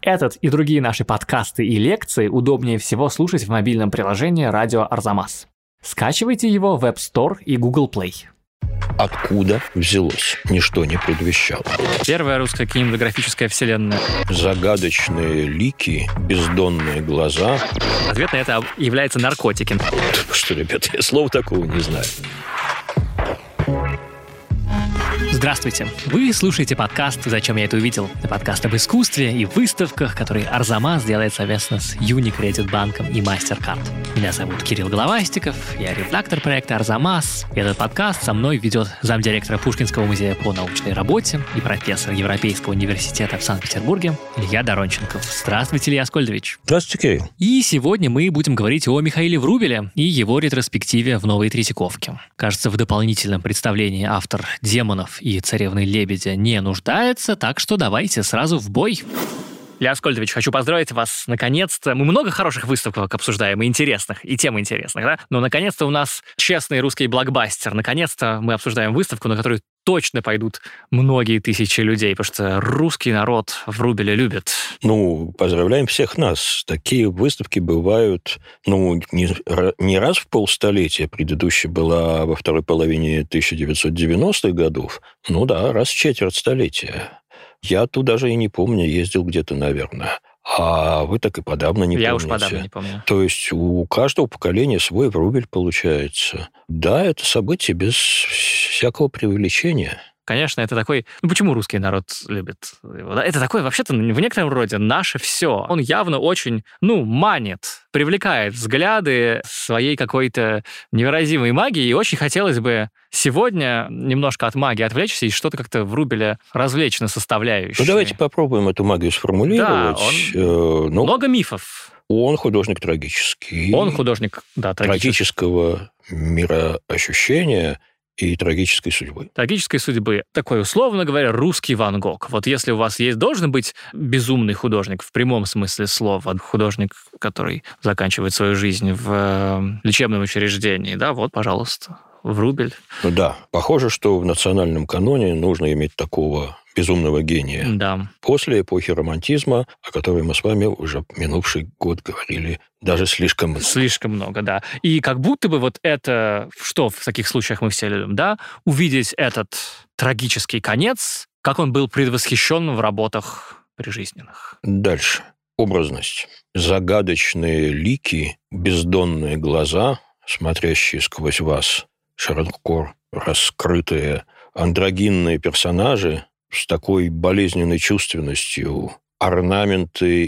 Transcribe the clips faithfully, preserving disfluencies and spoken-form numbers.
Этот и другие наши подкасты и лекции удобнее всего слушать в мобильном приложении «Радио Арзамас». Скачивайте его в App Store и Google Play. Откуда взялось? Ничто не предвещало. Первая русская кинематографическая вселенная. Загадочные лики, бездонные глаза. Ответ на это является наркотики. Что, ребята, я слова такого не знаю. Здравствуйте! Вы слушаете подкаст «Зачем я это увидел?» Это подкаст об искусстве и выставках, который Арзамас делает совместно с Юникредит-банком и MasterCard. Меня зовут Кирилл Головастиков, я редактор проекта «Арзамас». И этот подкаст со мной ведет замдиректора Пушкинского музея по научной работе и профессор Европейского университета в Санкт-Петербурге Илья Доронченков. Здравствуйте, Илья Аскольдович. Здравствуйте, Кирилл. И сегодня мы будем говорить о Михаиле Врубеле и его ретроспективе в Новой Третьяковке. Кажется, в дополнительном представлении автор «Демонов» и «Царевны лебедя» не нуждается, так что давайте сразу в бой. Илья Аскольдович, хочу поздравить вас. Наконец-то мы много хороших выставок обсуждаем, и интересных, и тем интересных, да? Но наконец-то у нас честный русский блокбастер. Наконец-то мы обсуждаем выставку, на которую точно пойдут многие тысячи людей, потому что русский народ Врубеля любит. Ну, поздравляем всех нас. Такие выставки бывают, ну, не, не раз в полстолетия. Предыдущая была во второй половине тысяча девятьсот девяностых годов. Ну да, раз в четверть столетия. Я тут даже и не помню, ездил где-то, наверное. А вы так и подавно не Я помните. Я уж подавно не помню. То есть у каждого поколения свой Врубель получается. Да, это событие без всякого преувеличения. Конечно, это такой... Ну, почему русский народ любит его? Да? Это такой, вообще-то, в некотором роде наше все. Он явно очень, ну, манит, привлекает взгляды своей какой-то невыразимой магией. И очень хотелось бы сегодня немножко от магии отвлечься и что-то как-то Врубеля развлечь на составляющие. Ну, давайте попробуем эту магию сформулировать. Да, он... э, ну... Много мифов. Он художник трагический. Он художник, да, трагический. Трагического мироощущения и трагической судьбы. Трагической судьбы. Такой, условно говоря, русский Ван Гог. Вот если у вас есть, должен быть безумный художник в прямом смысле слова, художник, который заканчивает свою жизнь в лечебном учреждении, да, вот, пожалуйста, Врубель. Ну да, похоже, что в национальном каноне нужно иметь такого безумного гения. Да. После эпохи романтизма, о которой мы с вами уже минувший год говорили, даже слишком много. Слишком много, да. И как будто бы вот это, что в таких случаях мы все любим, да, увидеть этот трагический конец, как он был предвосхищен в работах прижизненных. Дальше. Образность. Загадочные лики, бездонные глаза, смотрящие сквозь вас, широко раскрытые андрогинные персонажи с такой болезненной чувственностью, орнаменты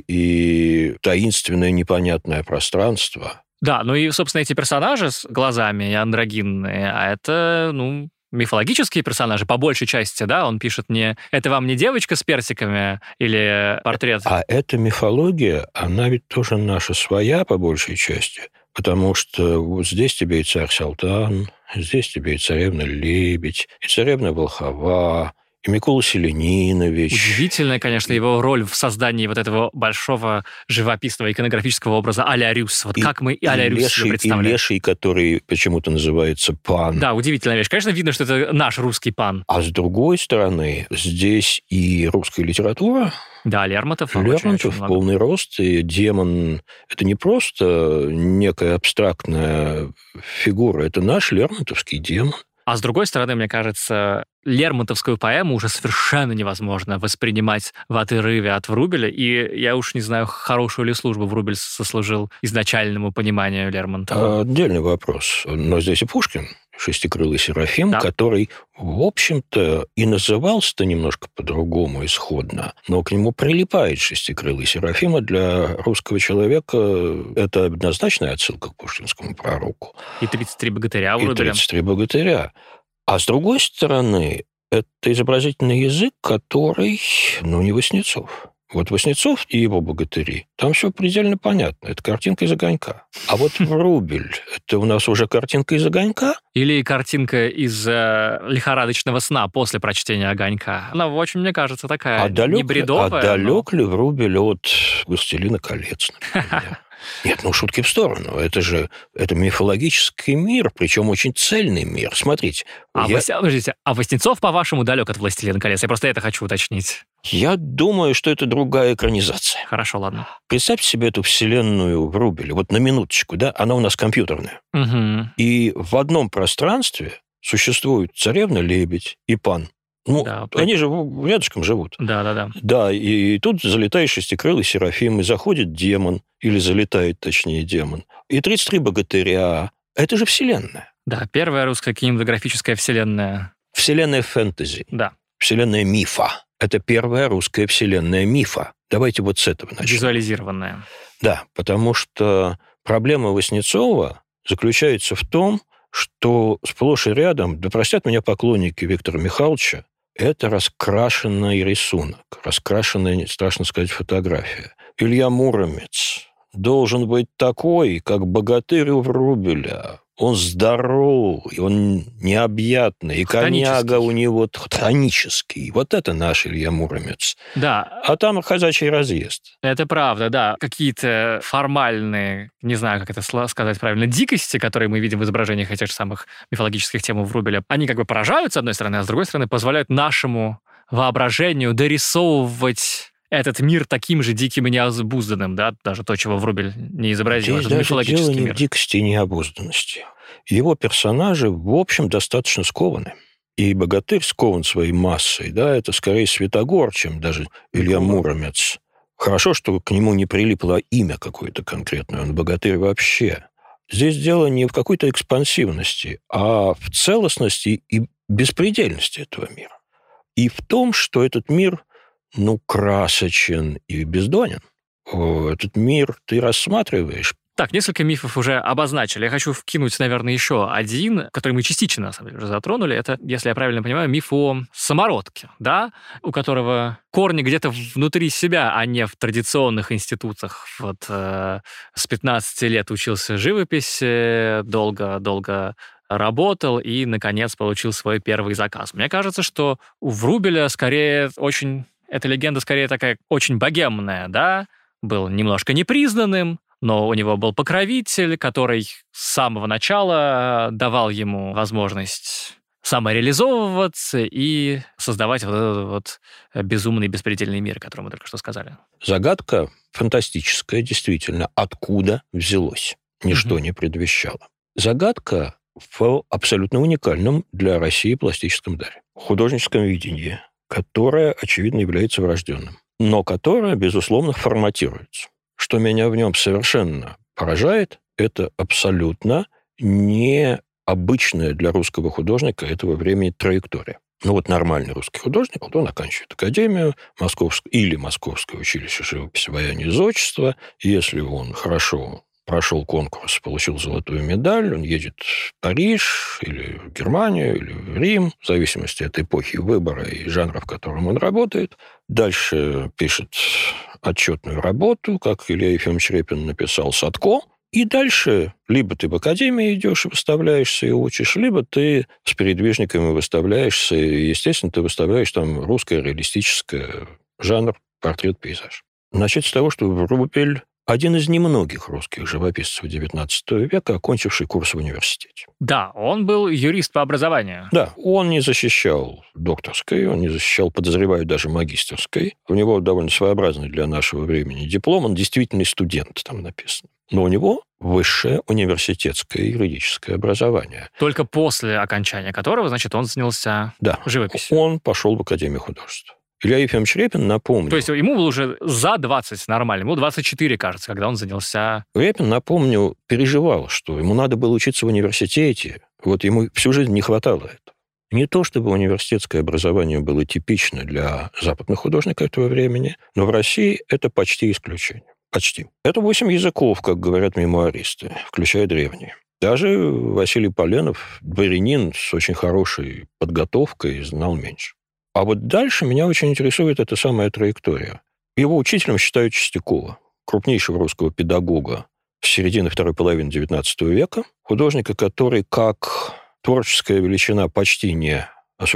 и таинственное непонятное пространство. Да, ну и, собственно, эти персонажи с глазами и андрогинные, а это, ну, мифологические персонажи, по большей части, да, он пишет не «это вам не девочка с персиками» или портрет. А эта мифология, она ведь тоже наша своя, по большей части, потому что вот здесь тебе и царь Салтан, здесь тебе и царевна Лебедь, и царевна Волхова, и Микола Селенинович. Удивительная, конечно, его роль в создании вот этого большого живописного иконографического образа а-ля Рюс. Вот и, как мы а-ля Рюс себе представляем. И Леший, который почему-то называется Пан. Да, удивительная вещь. Конечно, видно, что это наш русский Пан. А с другой стороны, здесь и русская литература. Да, Лермонтов. Лермонтов в полный рост. И демон – это не просто некая абстрактная фигура, это наш лермонтовский демон. А с другой стороны, мне кажется, лермонтовскую поэму уже совершенно невозможно воспринимать в отрыве от Врубеля, и я уж не знаю, хорошую ли службу Врубель сослужил изначальному пониманию Лермонтова. Отдельный вопрос. Но здесь и Пушкин, шестикрылый Серафим, да, который, в общем-то, и назывался-то немножко по-другому исходно, но к нему прилипает шестикрылый Серафим, а для русского человека это однозначная отсылка к пушкинскому пророку. И тридцать три богатыря у Врубеля. И тридцать три богатыря. А с другой стороны, это изобразительный язык, который, ну, не Васнецов. Вот Васнецов и его богатыри, там все предельно понятно. Это картинка из огонька. А вот Врубель, это у нас уже картинка из огонька? Или картинка из э, лихорадочного сна после прочтения огонька. Она очень, мне кажется, такая а далек, не бредовая. А далек но... ли Врубель от «Властелина колец», например? Нет, ну шутки в сторону. Это же это мифологический мир, причем очень цельный мир. Смотрите. А, я... Вос... Подождите, а Воснецов, по-вашему, далек от «Властелина колец»? Я просто это хочу уточнить. Я думаю, что это другая экранизация. Хорошо, ладно. Представьте себе эту вселенную Врубеля. Вот на минуточку, да, она у нас компьютерная. Угу. И в одном пространстве существуют царевна-лебедь и пан. Ну, да, они же рядышком живут. Да, да, да. Да, и, и тут залетает шестикрылый Серафим, и заходит демон, или залетает, точнее, демон. И тридцать три богатыря. Это же вселенная. Да, первая русская кинематографическая вселенная. Вселенная фэнтези. Да. Вселенная мифа. Это первая русская вселенная мифа. Давайте вот с этого начнем. Визуализированная. Да, потому что проблема Васнецова заключается в том, что сплошь и рядом, да простят меня поклонники Виктора Михайловича, это раскрашенный рисунок, раскрашенная, страшно сказать, фотография. Илья Муромец должен быть такой, как богатырь у Врубеля. Он здоровый, он необъятный, и коняга у него хтонический. Вот это наш Илья Муромец. Да. А там казачий разъезд. Это правда, да. Какие-то формальные, не знаю, как это сказать правильно, дикости, которые мы видим в изображениях этих же самых мифологических тем у Врубеля, они как бы поражают, с одной стороны, а с другой стороны, позволяют нашему воображению дорисовывать этот мир таким же диким и необузданным, да, даже то, чего Врубель не изобразил. Здесь это даже мифологический дело не мир. в дикости и необузданности. Его персонажи, в общем, достаточно скованы. И богатырь скован своей массой, да, это скорее Святогор, чем даже Илья Муромец. Хорошо, что к нему не прилипло имя какое-то конкретное, он богатырь вообще. Здесь дело не в какой-то экспансивности, а в целостности и беспредельности этого мира. И в том, что этот мир, ну, красочен и бездонен. Этот мир ты рассматриваешь. Так, несколько мифов уже обозначили. Я хочу вкинуть, наверное, еще один, который мы частично, на самом деле, уже затронули. Это, если я правильно понимаю, миф о самородке, да, у которого корни где-то внутри себя, а не в традиционных институтах. Вот э, с пятнадцати лет учился живописи, долго-долго работал и, наконец, получил свой первый заказ. Мне кажется, что у Врубеля скорее очень... Эта легенда скорее такая очень богемная, да? Был немножко непризнанным, но у него был покровитель, который с самого начала давал ему возможность самореализовываться и создавать вот этот вот безумный, беспредельный мир, о котором мы только что сказали. Загадка фантастическая, действительно. Откуда взялось? Ничто mm-hmm. не предвещало. Загадка в абсолютно уникальном для России пластическом даре. Художническом видении, которое, очевидно, является врожденным, но которое, безусловно, форматируется. Что меня в нем совершенно поражает, это абсолютно необычная для русского художника этого времени траектория. Ну вот нормальный русский художник, вот он оканчивает академию Московское или Московское училище живописи, вояния и зодчества. Если он хорошо прошел конкурс, получил золотую медаль, он едет в Париж или в Германию, или в Рим, в зависимости от эпохи выбора и жанра, в котором он работает. Дальше пишет отчетную работу, как Илья Ефимович Репин написал «Садко». И дальше либо ты в академии идешь и выставляешься и учишь, либо ты с передвижниками выставляешься, и, естественно, ты выставляешь там русское реалистическое жанр портрет-пейзаж. Начать с того, что Врубель один из немногих русских живописцев девятнадцатого века, окончивший курс в университете. Да, он был юрист по образованию. Да, он не защищал докторской, он не защищал, подозреваю, даже магистерской. У него довольно своеобразный для нашего времени диплом, он действительно студент, там написано. Но у него высшее университетское юридическое образование. Только после окончания которого, значит, он занялся да, живописью. Он пошел в Академию художеств. Илья Ефимович Репин, напомню... То есть ему было уже за двадцать нормально, ему двадцать четыре, кажется, когда он занялся... Репин, напомню, переживал, что ему надо было учиться в университете. Вот ему всю жизнь не хватало этого. Не то, чтобы университетское образование было типично для западных художников этого времени, но в России это почти исключение. Почти. Это восемь языков, как говорят мемуаристы, включая древние. Даже Василий Поленов, дворянин с очень хорошей подготовкой, знал меньше. А вот дальше меня очень интересует эта самая траектория. Его учителем считают Чистякова, крупнейшего русского педагога с середины второй половины девятнадцатого века, художника, который как творческая величина почти не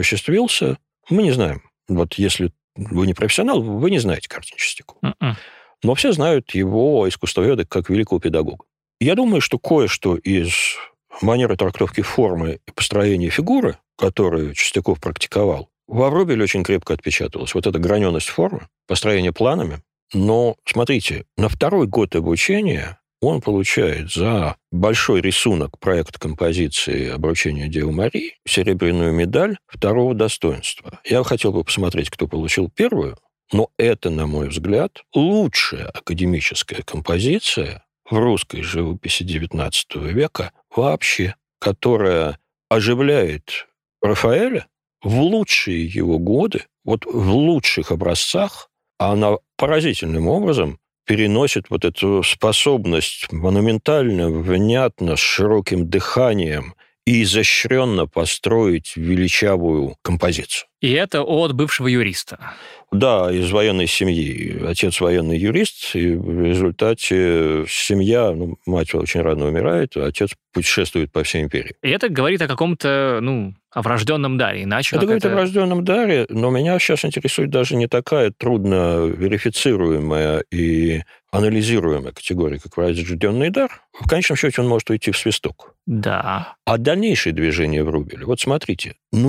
осуществился. Мы не знаем. Вот если вы не профессионал, вы не знаете картин Чистякова. Uh-uh. Но все знают его, искусствоведа, как великого педагога. Я думаю, что кое-что из манеры трактовки формы и построения фигуры, которую Чистяков практиковал, во Врубеле очень крепко отпечаталось. Вот эта граненость формы, построение планами. Но, смотрите, на второй год обучения он получает за большой рисунок проекта композиции «Обручение Девы Марии» серебряную медаль второго достоинства. Я хотел бы посмотреть, кто получил первую, но это, на мой взгляд, лучшая академическая композиция в русской живописи девятнадцатого века вообще, которая оживляет Рафаэля в лучшие его годы, вот в лучших образцах, она поразительным образом переносит вот эту способность монументально, внятно, с широким дыханием и изощренно построить величавую композицию. И это от бывшего юриста. Да, из военной семьи. Отец военный юрист, и в результате семья, ну, мать очень рано умирает, а отец путешествует по всей империи. И это говорит о каком-то, ну, о врожденном даре, иначе... Это говорит это... о врожденном даре, но меня сейчас интересует даже не такая трудно верифицируемая и анализируемая категория, как врожденный дар. В конечном счете он может уйти в свисток. Да. А дальнейшее движение Врубеля, вот смотрите, ну,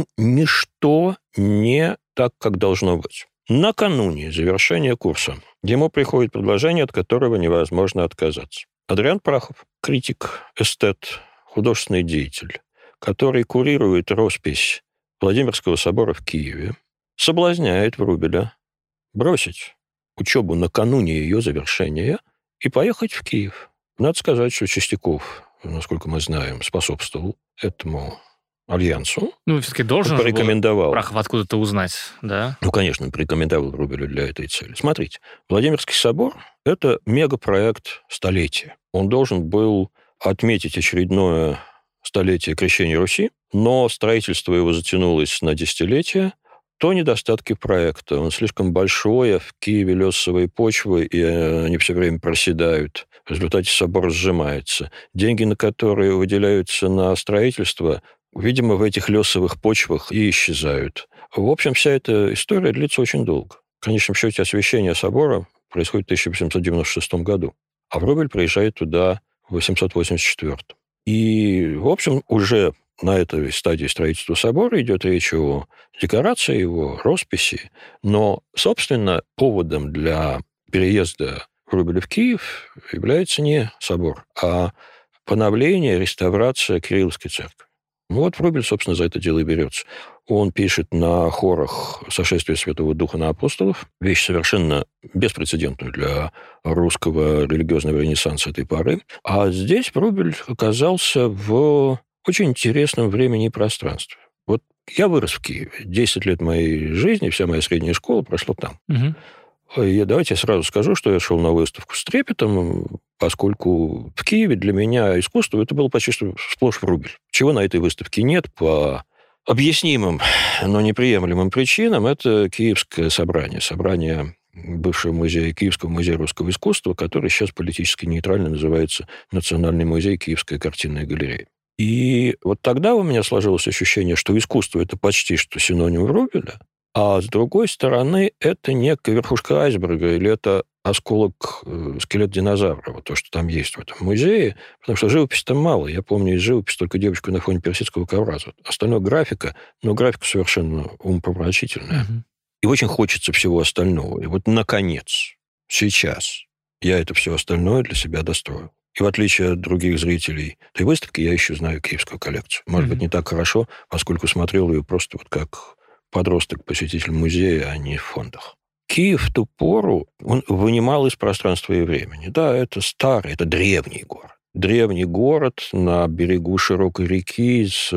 ничто не так, как должно быть. Накануне завершения курса ему приходит предложение, от которого невозможно отказаться. Адриан Прахов, критик, эстет, художественный деятель, который курирует роспись Владимирского собора в Киеве, соблазняет Врубеля бросить учебу накануне ее завершения и поехать в Киев. Надо сказать, что Чистяков, насколько мы знаем, способствовал этому альянсу. Ну, все-таки должен порекомендовал. Прахов откуда-то узнать, да? Ну, конечно, он порекомендовал Врубелю для этой цели. Смотрите, Владимирский собор – это мегапроект столетия. Он должен был отметить очередное столетие крещения Руси, но строительство его затянулось на десятилетия. То недостатки проекта. Он слишком большой, а в Киеве лесовые почвы, и они все время проседают. В результате собор сжимается. Деньги, на которые выделяются на строительство, видимо, в этих лесовых почвах и исчезают. В общем, вся эта история длится очень долго. В конечном счете, освящение собора происходит в тысяча восемьсот девяносто шестом году, а Врубель приезжает туда в восемьсот восемьдесят четвёртом. И, в общем, уже на этой стадии строительства собора идет речь о декорации его, росписи, но, собственно, поводом для переезда Врубеля в Киев является не собор, а поновление, реставрация Кирилловской церкви. Ну вот Врубель, собственно, за это дело и берется. Он пишет на хорах «Сошествие Святого Духа на апостолов», вещь совершенно беспрецедентную для русского религиозного ренессанса этой поры. А здесь Врубель оказался в очень интересном времени и пространстве. Вот я вырос в Киеве. десять лет моей жизни, вся моя средняя школа прошла там. Угу. И давайте я сразу скажу, что я шел на выставку с трепетом, поскольку в Киеве для меня искусство это было почти что сплошь Врубель. Чего на этой выставке нет по объяснимым, но неприемлемым причинам, это Киевское собрание. Собрание бывшего музея Киевского музея русского искусства, который сейчас политически нейтрально называется Национальный музей Киевская картинная галерея. И вот тогда у меня сложилось ощущение, что искусство – это почти что синоним Врубеля, а с другой стороны, это некая верхушка айсберга, или это осколок, э, скелет динозавра, вот то, что там есть в этом музее, потому что живописи там мало. Я помню из живописи только девочку на фоне персидского ковра. Остальное графика, но графика совершенно умопомрачительная. Угу. И очень хочется всего остального. И вот, наконец, сейчас я это все остальное для себя достроил. И в отличие от других зрителей этой выставки, я еще знаю киевскую коллекцию. Может mm-hmm. быть, не так хорошо, поскольку смотрел ее просто вот как подросток-посетитель музея, а не в фондах. Киев в ту пору он вынимал из пространства и времени. Да, это старый, это древний город. Древний город на берегу широкой реки с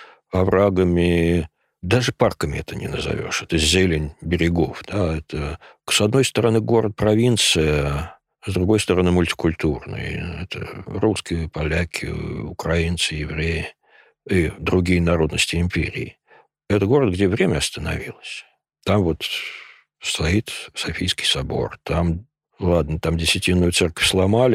оврагами, даже парками это не назовешь. Это зелень берегов. Да, это, с одной стороны, город-провинция, с другой стороны, мультикультурный. Это русские, поляки, украинцы, евреи и другие народности империи. Это город, где время остановилось. Там вот стоит Софийский собор. Там, ладно, там Десятинную церковь сломали,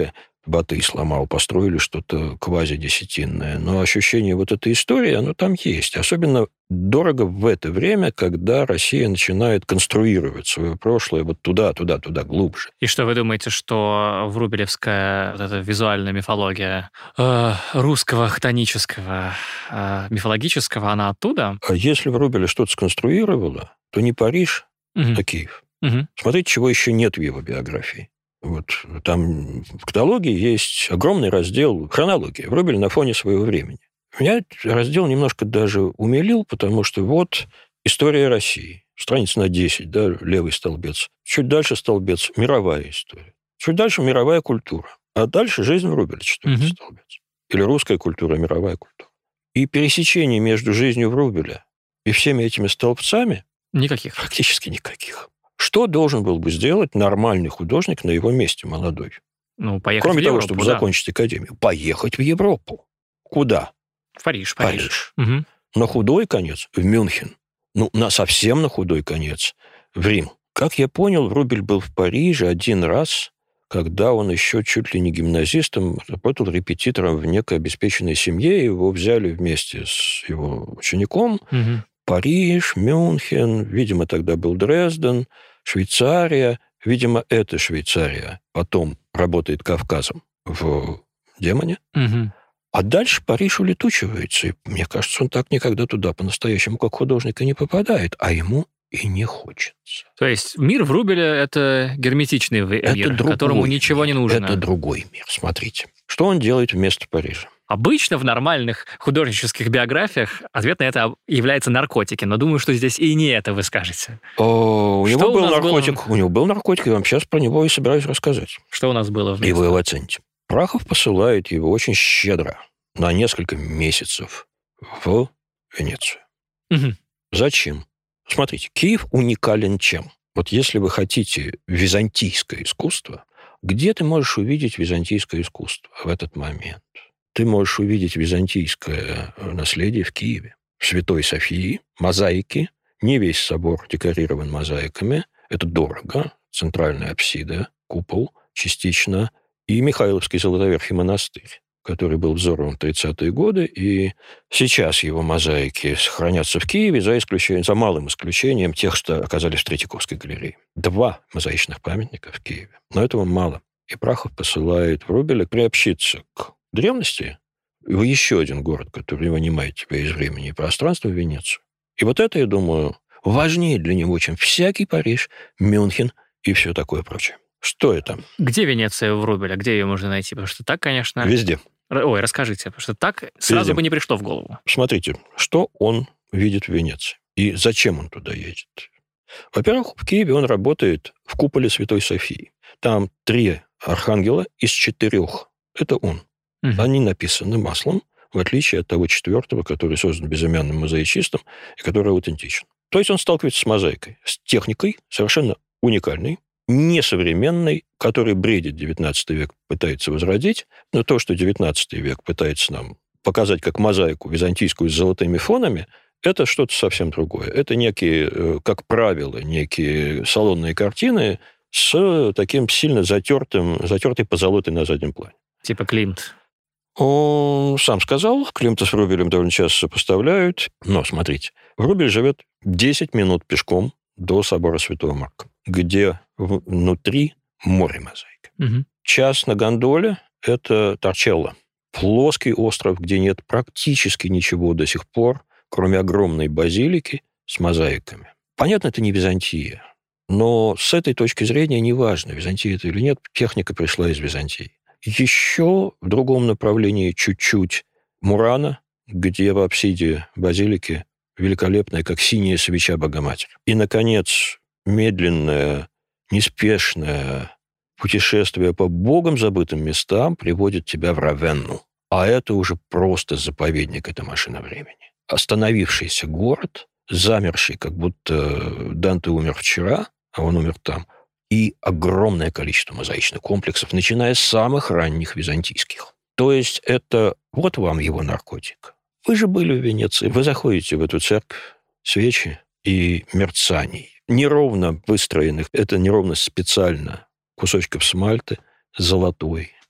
Батый сломал, построили что-то квазидесятинное. Но ощущение вот этой истории, оно там есть. Особенно дорого в это время, когда Россия начинает конструировать свое прошлое вот туда, туда, туда, глубже. И что вы думаете, что врубелевская вот эта визуальная мифология э, русского хтонического, э, мифологического, она оттуда? А если Врубеля что-то сконструировало, то не Париж, угу. а Киев. Угу. Смотрите, чего еще нет в его биографии. Вот там в каталоге есть огромный раздел хронологии. Врубель на фоне своего времени. Меня этот раздел немножко даже умилил, потому что вот история России. Страница на десять, да, левый столбец. Чуть дальше столбец – мировая история. Чуть дальше – мировая культура. А дальше – жизнь Врубеля, четвертый угу. столбец. Или русская культура, мировая культура. И пересечений между жизнью Врубеля и всеми этими столбцами никаких. Практически никаких. Что должен был бы сделать нормальный художник на его месте, молодой? Ну, поехать Кроме в того, Европу, чтобы да. закончить академию. Поехать в Европу. Куда? В Париж. Париж. Париж. Угу. На худой конец в Мюнхен. Ну, на совсем на худой конец в Рим. Как я понял, Врубель был в Париже один раз, когда он еще чуть ли не гимназистом работал репетитором в некой обеспеченной семье. Его взяли вместе с его учеником. Угу. Париж, Мюнхен, видимо, тогда был Дрезден, Швейцария. Видимо, эта Швейцария потом работает Кавказом в «Демоне». Угу. А дальше Париж улетучивается. И мне кажется, он так никогда туда по-настоящему как художник и не попадает. А ему и не хочется. То есть мир Врубеля – это герметичный мир, это которому ничего мир. не нужно. Это другой мир. Смотрите. Что он делает вместо Парижа? Обычно в нормальных художнических биографиях ответ на это является наркотики, но думаю, что здесь и не это вы скажете. О, у, него был наркотик, было... у него был наркотик, я вам сейчас про него и собираюсь рассказать. Что у нас было вместе? И вы его оцените. Прахов посылает его очень щедро на несколько месяцев в Венецию. Угу. Зачем? Смотрите, Киев уникален чем? Вот если вы хотите византийское искусство, где ты можешь увидеть византийское искусство в этот момент? Ты можешь увидеть византийское наследие в Киеве. В Святой Софии мозаики. Не весь собор декорирован мозаиками. Это дорого. Центральная апсида, купол частично. И Михайловский Золотоверхий монастырь, который был взорван в тридцатые годы. И сейчас его мозаики сохранятся в Киеве, за, исключением, за малым исключением тех, что оказались в Третьяковской галерее. Два мозаичных памятника в Киеве. Но этого мало. И Прахов посылает Врубеля приобщиться к древности в еще один город, который вынимает тебя из времени и пространства, в Венецию. И вот это, я думаю, важнее для него, чем всякий Париж, Мюнхен и все такое прочее. Что это? Где Венеция у Врубеля? Где ее можно найти? Потому что так, конечно... Везде. Ой, расскажите, потому что так сразу Везде. бы не пришло в голову. Смотрите, что он видит в Венеции и зачем он туда едет. Во-первых, в Киеве он работает в куполе Святой Софии. Там три архангела из четырех. Это он. Угу. Они написаны маслом, в отличие от того четвертого, который создан безымянным мозаичистом и который аутентичен. То есть он сталкивается с мозаикой, с техникой совершенно уникальной, несовременной, который бредит девятнадцатый век, пытается возродить, но то, что девятнадцатый век пытается нам показать как мозаику византийскую с золотыми фонами, это что-то совсем другое. Это некие, как правило, некие салонные картины с таким сильно затертым, затертой позолотой на заднем плане. Типа Климт. Он сам сказал, Климта с Врубелем довольно часто сопоставляют. Но, смотрите, Врубель живет десять минут пешком до собора Святого Марка, где внутри море мозаик. Угу. Час на гондоле – это Торчелло. Плоский остров, где нет практически ничего до сих пор, кроме огромной базилики с мозаиками. Понятно, это не Византия. Но с этой точки зрения неважно, Византия это или нет, техника пришла из Византии. Еще в другом направлении чуть-чуть Мурана, где в апсиде базилики великолепная, как синяя свеча Богоматери. И, наконец, медленное, неспешное путешествие по богом забытым местам приводит тебя в Равенну. А это уже просто заповедник, это машина времени. Остановившийся город, замерший, как будто Данте умер вчера, а он умер там, и огромное количество мозаичных комплексов, начиная с самых ранних византийских. То есть это вот вам его наркотик. Вы же были в Венеции, вы заходите в эту церковь, свечи и мерцаний, неровно выстроенных, это неровно специально, кусочков смальты, золотой,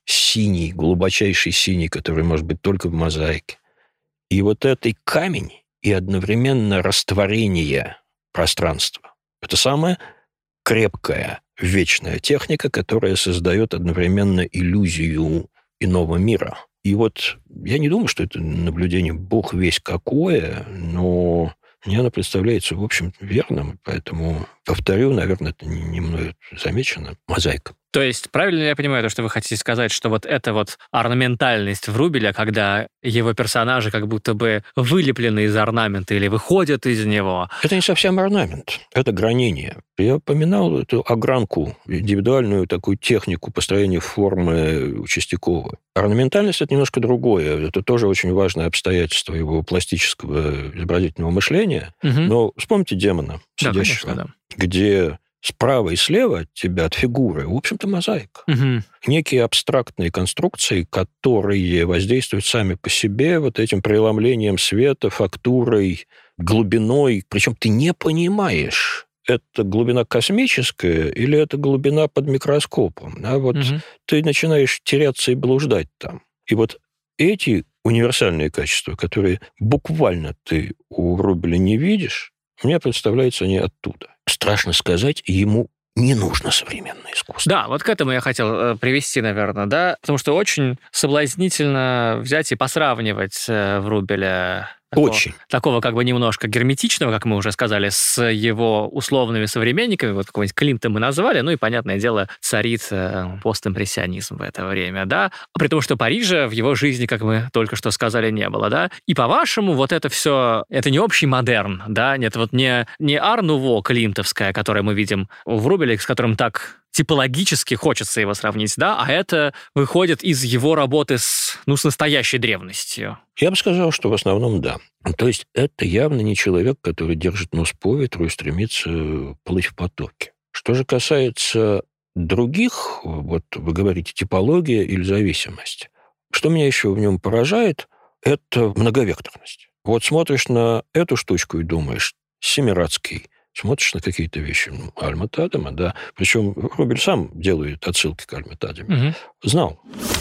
синий, глубочайший синий, который может быть только в мозаике. И вот этот камень и одновременно растворение пространства. Это самая крепкая, вечная техника, которая создает одновременно иллюзию иного мира. И вот я не думаю, что это наблюдение бог весть какое, но мне оно представляется, в общем, верным. Поэтому, повторю, наверное, это не мной замечено, мозаика. То есть, правильно ли я понимаю то, что вы хотите сказать, что вот эта вот орнаментальность Врубеля, когда его персонажи как будто бы вылеплены из орнамента или выходят из него? Это не совсем орнамент, это гранение. Я упоминал эту огранку, индивидуальную такую технику построения формы Чистякова. Орнаментальность – это немножко другое. Это тоже очень важное обстоятельство его пластического изобразительного мышления. Угу. Но вспомните демона, сидящего, да, конечно, да. где... Справа и слева от тебя, от фигуры, в общем-то, мозаика. Угу. Некие абстрактные конструкции, которые воздействуют сами по себе вот этим преломлением света, фактурой, глубиной. Причем ты не понимаешь, это глубина космическая или это глубина под микроскопом. А вот угу. ты начинаешь теряться и блуждать там. И вот эти универсальные качества, которые буквально ты у Врубеля не видишь, мне представляется, они оттуда. Страшно сказать, ему не нужно современное искусство. Да, вот к этому я хотел привести, наверное, да, потому что очень соблазнительно взять и посравнивать Врубеля... Такого, Очень. Такого как бы немножко герметичного, как мы уже сказали, с его условными современниками, вот какого-нибудь Климта мы назвали, ну и, понятное дело, царит постимпрессионизм в это время, да, при том, что Парижа в его жизни, как мы только что сказали, не было, да, и по-вашему вот это все, это не общий модерн, да, нет, вот не, не ар-нуво климтовское, которое мы видим в Врубеле, с которым так... типологически хочется его сравнить, да, а это выходит из его работы с, ну, с настоящей древностью. Я бы сказал, что в основном да. То есть это явно не человек, который держит нос по ветру и стремится плыть в потоке. Что же касается других, вот вы говорите, типология или зависимость, что меня еще в нем поражает, это многовекторность. Вот смотришь на эту штучку и думаешь, Семирадский, смотришь на какие-то вещи, ну, Альма Тадема, да. Причем Врубель сам делает отсылки к Альме Тадеме. Угу. Знал.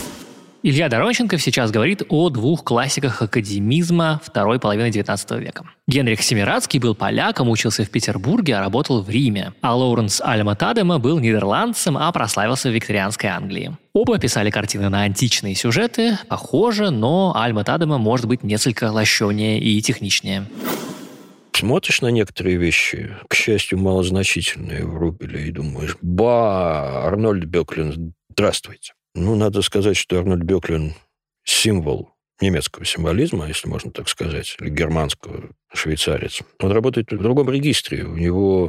Илья Доронченков сейчас говорит о двух классиках академизма второй половины девятнадцатого века. Генрих Семирадский был поляком, учился в Петербурге, а работал в Риме. А Лоуренс Альма Тадема был нидерландцем, а прославился в викторианской Англии. Оба писали картины на античные сюжеты, похоже, но Альма Тадема может быть несколько лощенее и техничнее. Смотришь на некоторые вещи, к счастью, малозначительные в Врубеле, и думаешь, ба, Арнольд Бёклин, здравствуйте. Ну, надо сказать, что Арнольд Бёклин – символ немецкого символизма, если можно так сказать, или германского, швейцарец. Он работает в другом регистре. У него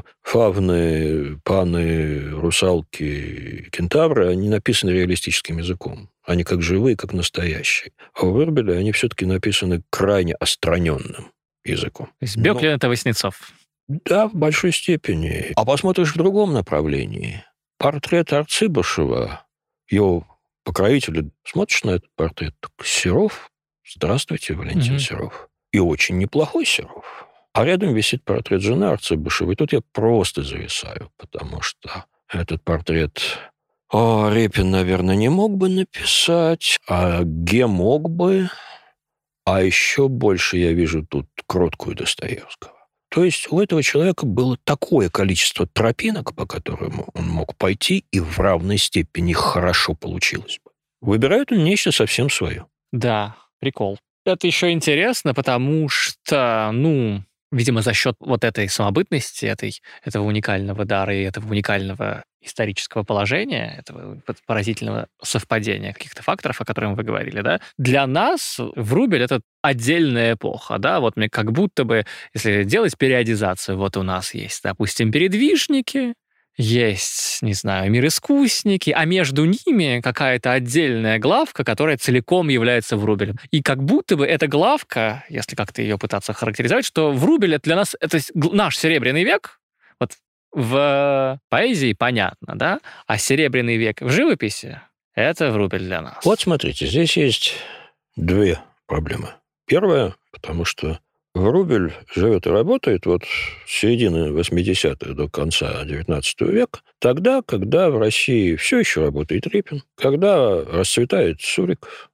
фавны, паны, русалки, кентавры, они написаны реалистическим языком. Они как живые, как настоящие. А у Врубеля они все-таки написаны крайне остраненным языком. То есть Бёклин – это Васнецов? Да, в большой степени. А посмотришь в другом направлении. Портрет Арцыбашева, его покровителя, смотришь на этот портрет, Серов, здравствуйте, Валентин угу. Серов. И очень неплохой Серов. А рядом висит портрет жены Арцыбашева, и тут я просто зависаю, потому что этот портрет... О, Репин, наверное, не мог бы написать, а Ге мог бы... А еще больше я вижу тут кроткую Достоевского. То есть у этого человека было такое количество тропинок, по которым он мог пойти, и в равной степени хорошо получилось бы. Выбирает он нечто совсем свое. Да, прикол. Это еще интересно, потому что, ну, видимо, за счет вот этой самобытности, этой, этого уникального дара и этого уникального исторического положения, этого поразительного совпадения каких-то факторов, о которых вы говорили, да, для нас Врубель — это отдельная эпоха, да, вот мне как будто бы, если делать периодизацию, вот у нас есть, допустим, передвижники, есть, не знаю, мир-искусники, а между ними какая-то отдельная главка, которая целиком является Врубелем. И как будто бы эта главка, если как-то ее пытаться характеризовать, что Врубель для нас это наш Серебряный век, вот в поэзии понятно, да, а Серебряный век в живописи — это Врубель для нас. Вот смотрите, здесь есть две проблемы. Первая, потому что Врубель живет и работает вот с середины восьмидесятых до конца девятнадцатого века, тогда, когда в России все еще работает Репин, когда расцветает Суриков,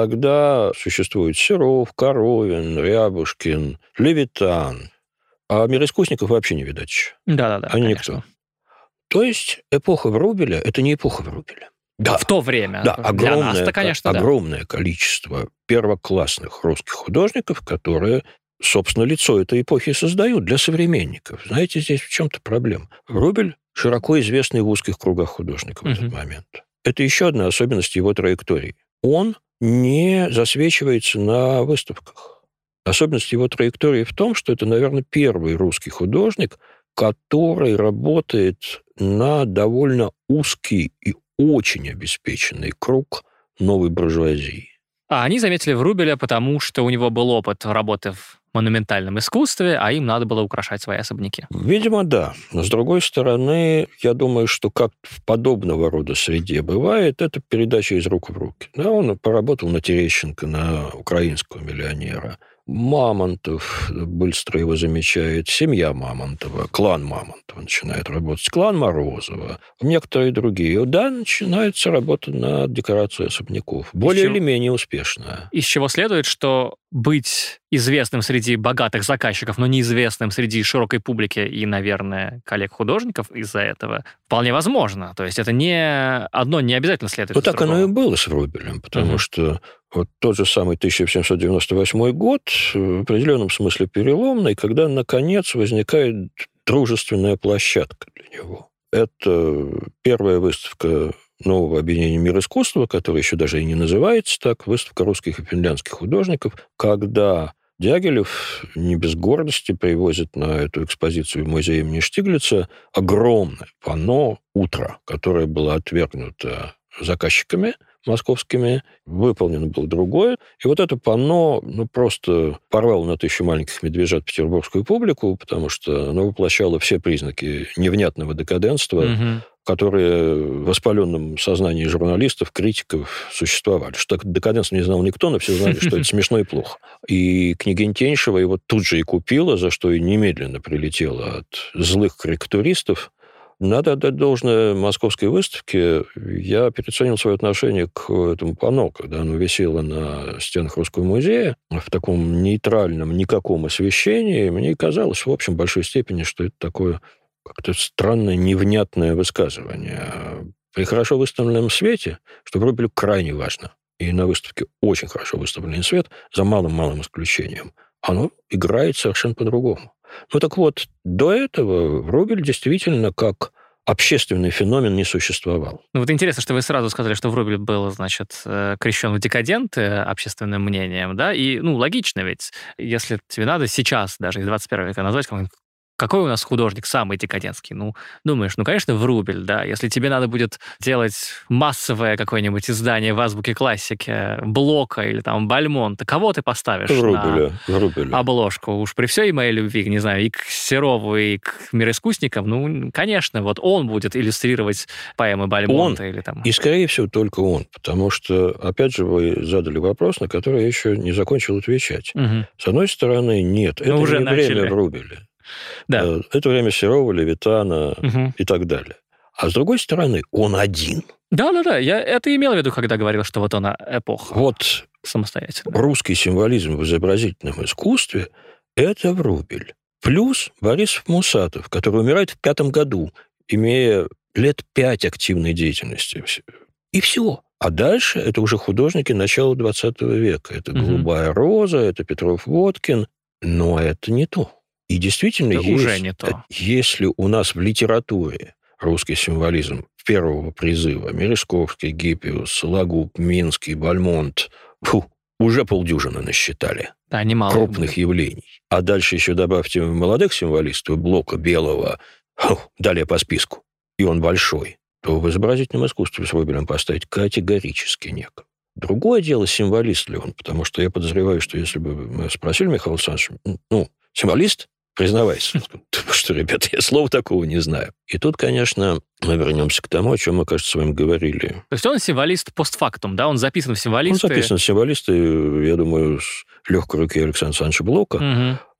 когда существует Серов, Коровин, Рябушкин, Левитан, а мироискусников вообще не видать еще. Да-да-да, Они конечно. никто. То есть эпоха Врубеля – это не эпоха Врубеля. Да, в то время. Да, огромное, Для нас-то, конечно, огромное да. количество первоклассных русских художников, которые, собственно, лицо этой эпохи создают для современников. Знаете, здесь в чем-то проблема. Врубель широко известный в узких кругах художников в Мгм. этот момент. Это еще одна особенность его траектории. Он не засвечивается на выставках. Особенность его траектории в том, что это, наверное, первый русский художник, который работает на довольно узкий и очень обеспеченный круг новой буржуазии. А они заметили Врубеля, потому что у него был опыт работы в монументальном искусстве, а им надо было украшать свои особняки. Видимо, да. Но, с другой стороны, я думаю, что как в подобного рода среде бывает, это передача из рук в руки. Да, он поработал на Терещенко, на украинского миллионера. Мамонтов быстро его замечает, семья Мамонтова, клан Мамонтова начинает работать, клан Морозова, некоторые другие. Да, начинается работа над декорацией особняков. Более Еще- или менее успешная. Из чего следует, что быть известным среди богатых заказчиков, но неизвестным среди широкой публики и, наверное, коллег-художников из-за этого вполне возможно. То есть это не одно не обязательно следует Ну, из так оно и другого. было с Врубелем, потому Мгм. что вот тот же самый тысяча семьсот девяносто восьмой год в определенном смысле переломный, когда, наконец, возникает дружественная площадка для него. Это первая выставка нового объединения «Мир искусства», которая еще даже и не называется так, выставка русских и финляндских художников, когда Дягилев не без гордости привозит на эту экспозицию в музей имени Штиглица огромное панно «Утро», которое было отвергнуто заказчиками московскими, выполнено было другое. И вот это панно ну, просто порвало на тысячу маленьких медвежат петербургскую публику, потому что оно воплощало все признаки невнятного декаденства, Мгм. которые в воспаленном сознании журналистов, критиков существовали. Что такое декаденство не знал никто, но все знали, что это смешно и плохо. И княгиня Теньшева его тут же и купила, за что и немедленно прилетела от злых карикатуристов. Надо отдать должное московской выставке. Я переоценил свое отношение к этому панно, когда оно висело на стенах Русского музея в таком нейтральном, никаком освещении. Мне казалось, в общем, в большой степени, что это такое как-то странное, невнятное высказывание. При хорошо выставленном свете, что Врубелю крайне важно, и на выставке очень хорошо выставленный свет, за малым-малым исключением, оно играет совершенно по-другому. Ну так вот, до этого Врубель действительно как общественный феномен не существовал. Ну вот интересно, что вы сразу сказали, что Врубель был, значит, э, крещен в декаденты общественным мнением, да, и, ну, логично ведь, если тебе надо сейчас, даже из двадцать первого века, назвать какой-нибудь какой у нас художник самый декадентский? Ну, думаешь, ну, конечно, Врубель, да. Если тебе надо будет делать массовое какое-нибудь издание в азбуке классики, Блока или там Бальмонта, кого ты поставишь Врубеля, на Врубеля. обложку? Уж при всей моей любви, не знаю, и к Серову, и к мироискусникам, ну, конечно, вот он будет иллюстрировать поэмы Бальмонта Он, или там... И, скорее всего, только он. Потому что, опять же, вы задали вопрос, на который я еще не закончил отвечать. Мгм. С одной стороны, нет, это уже не начали. время Врубеля. Да. Э, Это время Серова, Левитана Мгм. и так далее. А с другой стороны, он один. Да-да-да, я это имел в виду, когда говорил, что вот она эпоха Вот самостоятельная. русский символизм в изобразительном искусстве – это Врубель. Плюс Борисов Мусатов, который умирает в пятом году, имея лет пять активной деятельности. И все. А дальше это уже художники начала двадцатого века. Это Мгм. «Голубая роза», это Петров-Водкин. Но это не то. И действительно, Это есть, уже не то. если у нас в литературе русский символизм первого призыва, Мережковский, Гиппиус, Сологуб, Минский, Бальмонт, фу, уже полдюжины насчитали Да, немало. крупных явлений. А дальше еще добавьте молодых символистов, Блока, Белого, фу, далее по списку, и он большой, то в изобразительном искусстве с Врубелем поставить категорически некого. Другое дело, символист ли он, потому что я подозреваю, что если бы мы спросили Михаила Александровича, ну, символист? Признавайся. Что, ребята, я слова такого не знаю. И тут, конечно, мы вернемся к тому, о чем мы, кажется, с вами говорили. То есть он символист постфактум, да? Он записан в Он символисты. записан в символисты, я думаю, с легкой руки Александра Александровича Блока. Мгм.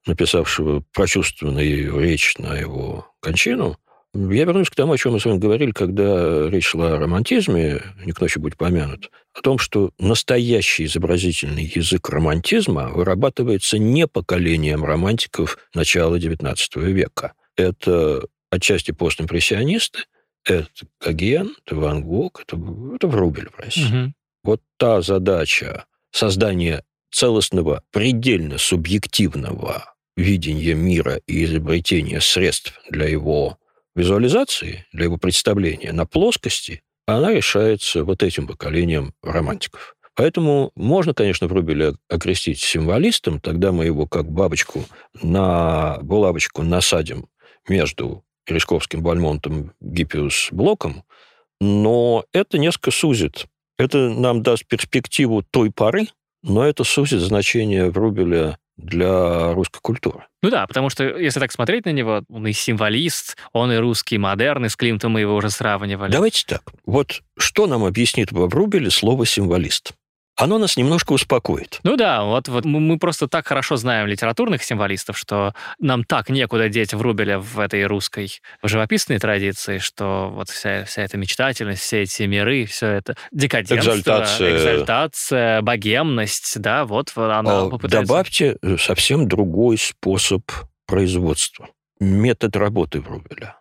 написавшего прочувствованную речь на его кончину, я вернусь к тому, о чем мы с вами говорили, когда речь шла о романтизме, не к ночи будь помянут, о том, что настоящий изобразительный язык романтизма вырабатывается не поколением романтиков начала девятнадцатого века. Это отчасти постимпрессионисты, это Гоген, это Ван Гог, это, это Врубель в России. Угу. Вот та задача создания целостного, предельно субъективного видения мира и изобретения средств для его визуализации, для его представления на плоскости, она решается вот этим поколением романтиков. Поэтому можно, конечно, Врубеля окрестить символистом, тогда мы его как бабочку на булавочку насадим между Решковским, Бальмонтом, Гиппиус, Блоком, но это несколько сузит. Это нам даст перспективу той поры, но это сузит значение Врубеля для русской культуры. Ну да, потому что, если так смотреть на него, он и символист, он и русский модерн, и с Климтом мы его уже сравнивали. Давайте так. Вот что нам объяснит во Врубеле слово «символист»? Оно нас немножко успокоит. Ну да, вот, вот мы просто так хорошо знаем литературных символистов, что нам так некуда деть Врубеля в этой русской в живописной традиции, что вот вся, вся эта мечтательность, все эти миры, все это декадентство, экзальтация, экзальтация богемность, да, вот она а попытается... Добавьте совсем другой способ производства. Метод работы Врубеля.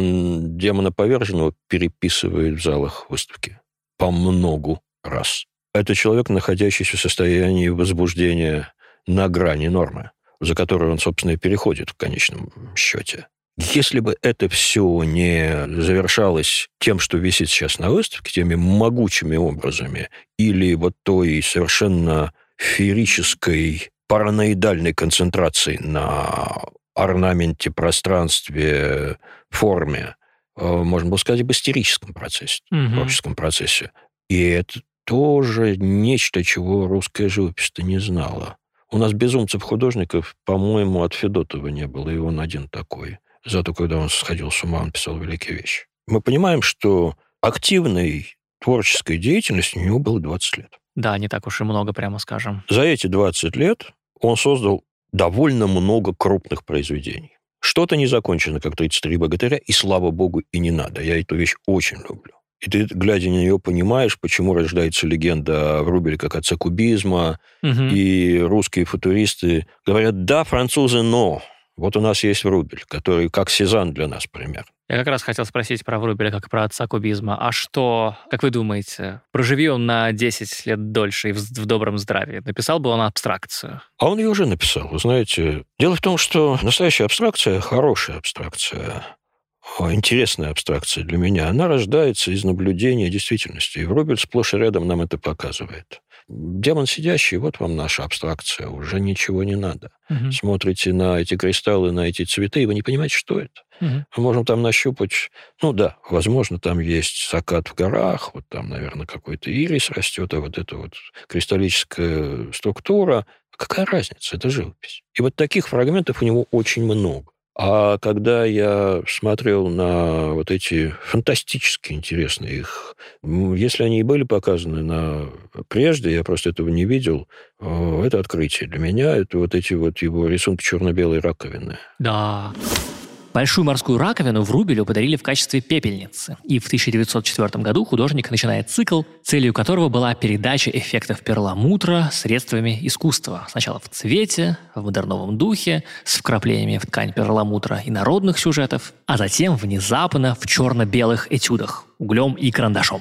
Он демона поверженного переписывает в залах выставки по многу раз. Это человек, находящийся в состоянии возбуждения на грани нормы, за которую он, собственно, и переходит в конечном счете. Если бы это все не завершалось тем, что висит сейчас на выставке, теми могучими образами, или вот той совершенно феерической, параноидальной концентрацией на орнаменте, пространстве, форме, можно было сказать, об истерическом процессе, mm-hmm. творческом процессе. И это тоже нечто, чего русская живопись-то не знала. У нас безумцев-художников, по-моему, от Федотова не было, и он один такой. Зато когда он сходил с ума, он писал великие вещи. Мы понимаем, что активной творческой деятельности у него было двадцать лет. Да, не так уж и много, прямо скажем. За эти двадцать лет он создал довольно много крупных произведений. Что-то не закончено, как «тридцать три богатыря», и, слава богу, и не надо. Я эту вещь очень люблю. И ты, глядя на нее, понимаешь, почему рождается легенда о Врубеле как отце кубизма, угу. и русские футуристы говорят, да, французы, но вот у нас есть Врубель, который как Сезанн для нас пример. Я как раз хотел спросить про Врубеля как про отца кубизма. А что, как вы думаете, проживи он на десять лет дольше и в, в добром здравии, написал бы он абстракцию? А он ее уже написал, вы знаете. Дело в том, что настоящая абстракция, хорошая абстракция, интересная абстракция для меня, она рождается из наблюдения действительности. И Врубель сплошь и рядом нам это показывает. Демон сидящий, вот вам наша абстракция, уже ничего не надо. Угу. Смотрите на эти кристаллы, на эти цветы, и вы не понимаете, что это. Угу. Мы можем там нащупать, ну да, возможно, там есть закат в горах, вот там, наверное, какой-то ирис растет, а вот эта вот кристаллическая структура. Какая разница? Это живопись. И вот таких фрагментов у него очень много. А когда я смотрел на вот эти фантастически интересные их, если они и были показаны на прежде, я просто этого не видел, это открытие. Для меня это вот эти вот его рисунки черно-белой раковины. Да. Большую морскую раковину Врубелю подарили в качестве пепельницы. И в тысяча девятьсот четвёртом году художник начинает цикл, целью которого была передача эффектов перламутра средствами искусства. Сначала в цвете, в модерновом духе, с вкраплениями в ткань перламутра и народных сюжетов, а затем внезапно в черно-белых этюдах, углем и карандашом.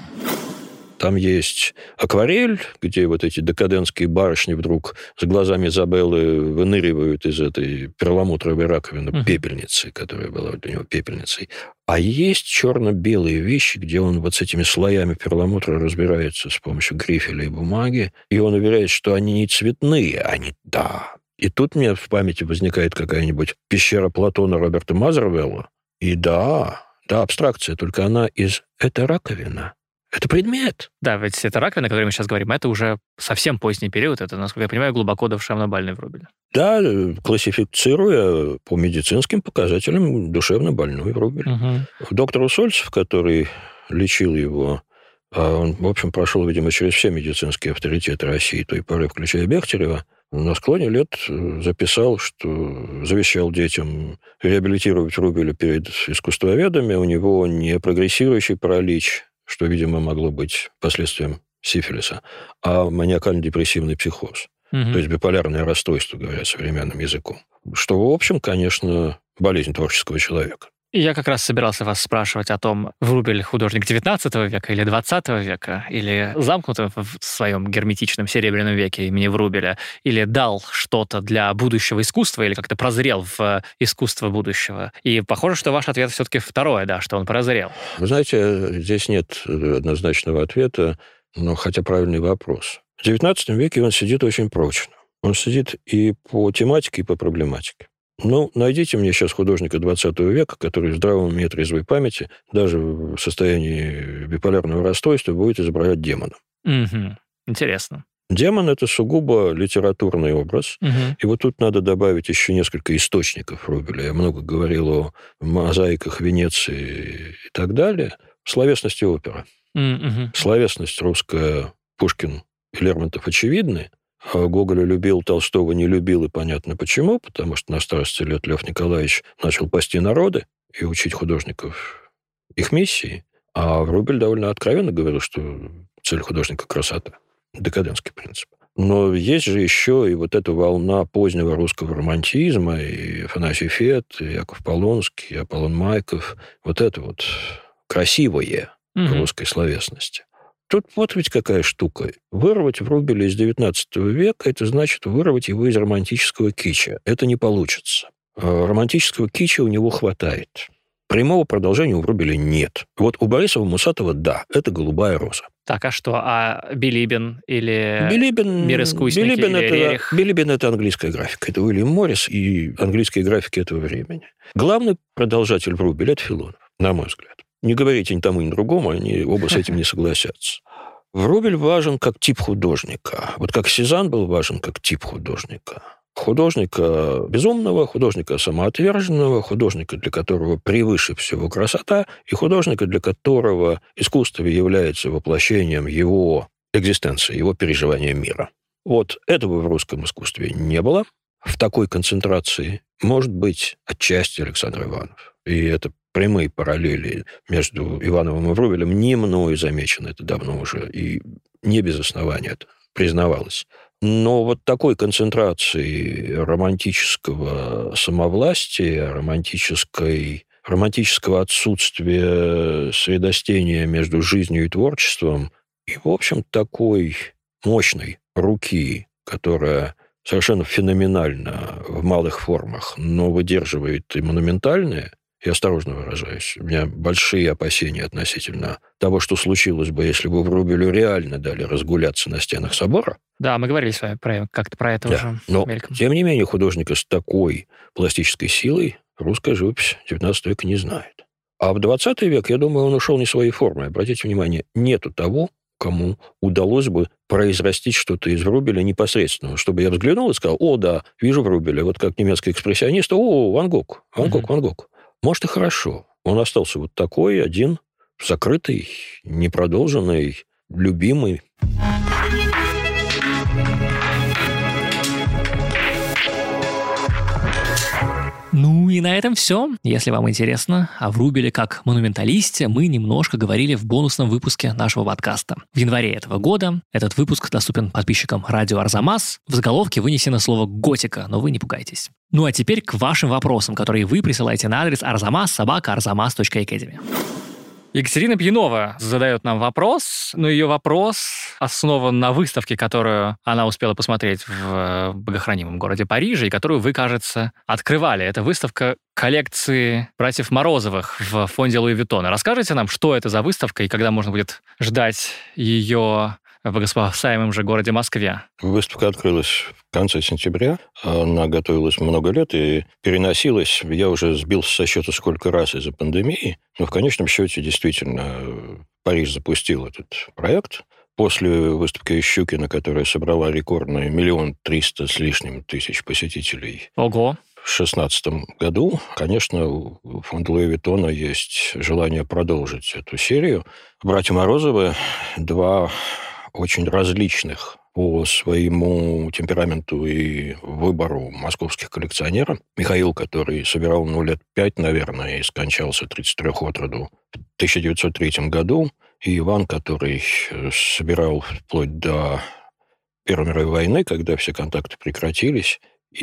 Там есть акварель, где вот эти декадентские барышни вдруг с глазами Изабеллы выныривают из этой перламутровой раковины, uh-huh. пепельницы, которая была для него пепельницей. А есть черно-белые вещи, где он вот с этими слоями перламутра разбирается с помощью грифеля и бумаги, и он уверяет, что они не цветные, они да. И тут мне в памяти возникает какая-нибудь пещера Платона Роберта Мазервелла. И да, да, абстракция, только она из... Это раковина. Это предмет. Да, ведь это раковина, о которой мы сейчас говорим, это уже совсем поздний период. Это, насколько я понимаю, глубоко душевно-больной Врубель. Да, классифицируя по медицинским показателям душевно-больной Врубель. Угу. Доктор Усольцев, который лечил его, он, в общем, прошел, видимо, через все медицинские авторитеты России той поры, включая Бехтерева, на склоне лет записал, что завещал детям реабилитировать Врубеля перед искусствоведами. У него не прогрессирующий паралич, что, видимо, могло быть последствием сифилиса, а маниакально-депрессивный психоз. Угу. То есть биполярное расстройство, говоря современным языком. Что, в общем, конечно, болезнь творческого человека. Я как раз собирался вас спрашивать о том, Врубель художник девятнадцатого века или двадцатого века, или замкнутый в своем герметичном серебряном веке имени Врубеля, или дал что-то для будущего искусства, или как-то прозрел в искусство будущего. И похоже, что ваш ответ все-таки второе, да, что он прозрел. Вы знаете, здесь нет однозначного ответа, но хотя правильный вопрос. В девятнадцатом веке он сидит очень прочно. Он сидит и по тематике, и по проблематике. Ну, найдите мне сейчас художника двадцатого века, который в здравом уме, трезвой памяти, даже в состоянии биполярного расстройства, будет изображать демона. Угу. Интересно. Демон – это сугубо литературный образ. Угу. И вот тут надо добавить еще несколько источников Врубеля. Я много говорил о мозаиках Венеции и так далее. Словесность и опера. Угу. Словесность русская, Пушкин и Лермонтов очевидны. А Гоголя любил, Толстого не любил, и понятно почему, потому что на старости лет Лев Николаевич начал пасти народы и учить художников их миссии, а Врубель довольно откровенно говорил, что цель художника – красота. Декадентский принцип. Но есть же еще и вот эта волна позднего русского романтизма, и Афанасий Фет, и Яков Полонский, и Аполлон Майков. Вот это вот красивое mm-hmm. русской словесности. Тут вот ведь какая штука. Вырвать Врубеля из девятнадцатого века, это значит вырвать его из романтического кича. Это не получится. Романтического кича у него хватает. Прямого продолжения у Врубеля нет. Вот у Борисова Мусатова, да, это «Голубая роза». Так, а что? А Билибин или Билибин, «Мир искусники» Билибин или это, «Рерих»? Билибин – это английская графика. Это Уильям Моррис и английские графики этого времени. Главный продолжатель Врубеля – это Филонов, на мой взгляд. Не говорите ни тому, ни другому, они оба с этим не согласятся. Врубель важен как тип художника. Вот как Сезанн был важен как тип художника. Художника безумного, художника самоотверженного, художника, для которого превыше всего красота, и художника, для которого искусство является воплощением его экзистенции, его переживания мира. Вот этого в русском искусстве не было в такой концентрации. Может быть, отчасти Александр Иванов. И это прямые параллели между Ивановым и Врубелем не мною замечены, это давно уже, и не без основания это признавалось. Но вот такой концентрации романтического самовластия, романтической, романтического отсутствия средостения между жизнью и творчеством, и, в общем, такой мощной руки, которая совершенно феноменально в малых формах, но выдерживает и монументальное, я осторожно выражаюсь, у меня большие опасения относительно того, что случилось бы, если бы Врубелю реально дали разгуляться на стенах собора. Да, мы говорили с вами про, как-то про это да. уже. Но, мельком. Тем не менее, художника с такой пластической силой русская живопись девятнадцатого века не знает. А в двадцатый век, я думаю, он ушел не своей формой. Обратите внимание, нету того, кому удалось бы произрастить что-то из Врубеля непосредственно, чтобы я взглянул и сказал: о, да, вижу Врубеля. Вот как немецкий экспрессионист: о, Ван Гог, Ван Гог, Ван Гог. Может, и хорошо. Он остался вот такой, один, закрытый, непродолженный, любимый. Ну и на этом все. Если вам интересно о Врубеле как монументалисте, мы немножко говорили в бонусном выпуске нашего подкаста. В январе этого года этот выпуск доступен подписчикам радио Арзамас. В заголовке вынесено слово «готика», но вы не пугайтесь. Ну а теперь к вашим вопросам, которые вы присылаете на адрес арзамас собака арзамас точка академи. Екатерина Пьянова задает нам вопрос, но ее вопрос основан на выставке, которую она успела посмотреть в богохранимом городе Париже, и которую вы, кажется, открывали. Это выставка коллекции братьев Морозовых в фонде Луи Виттона. Расскажите нам, что это за выставка и когда можно будет ждать ее в богоспасаемом же городе Москве? Выставка открылась в конце сентября. Она готовилась много лет и переносилась. Я уже сбился со счета сколько раз из-за пандемии. Но в конечном счете, действительно, Париж запустил этот проект. После выставки Щукина, которая собрала рекордный миллион триста с лишним тысяч посетителей. Ого! В шестнадцатом году, конечно, у фонда Луи Виттона есть желание продолжить эту серию. Братья Морозовы – два очень различных по своему темпераменту и выбору московских коллекционеров. Михаил, который собирал ну, лет пять, наверное, и скончался тридцать трёх от роду в тысяча девятьсот третьем году, и Иван, который собирал вплоть до Первой мировой войны, когда все контакты прекратились,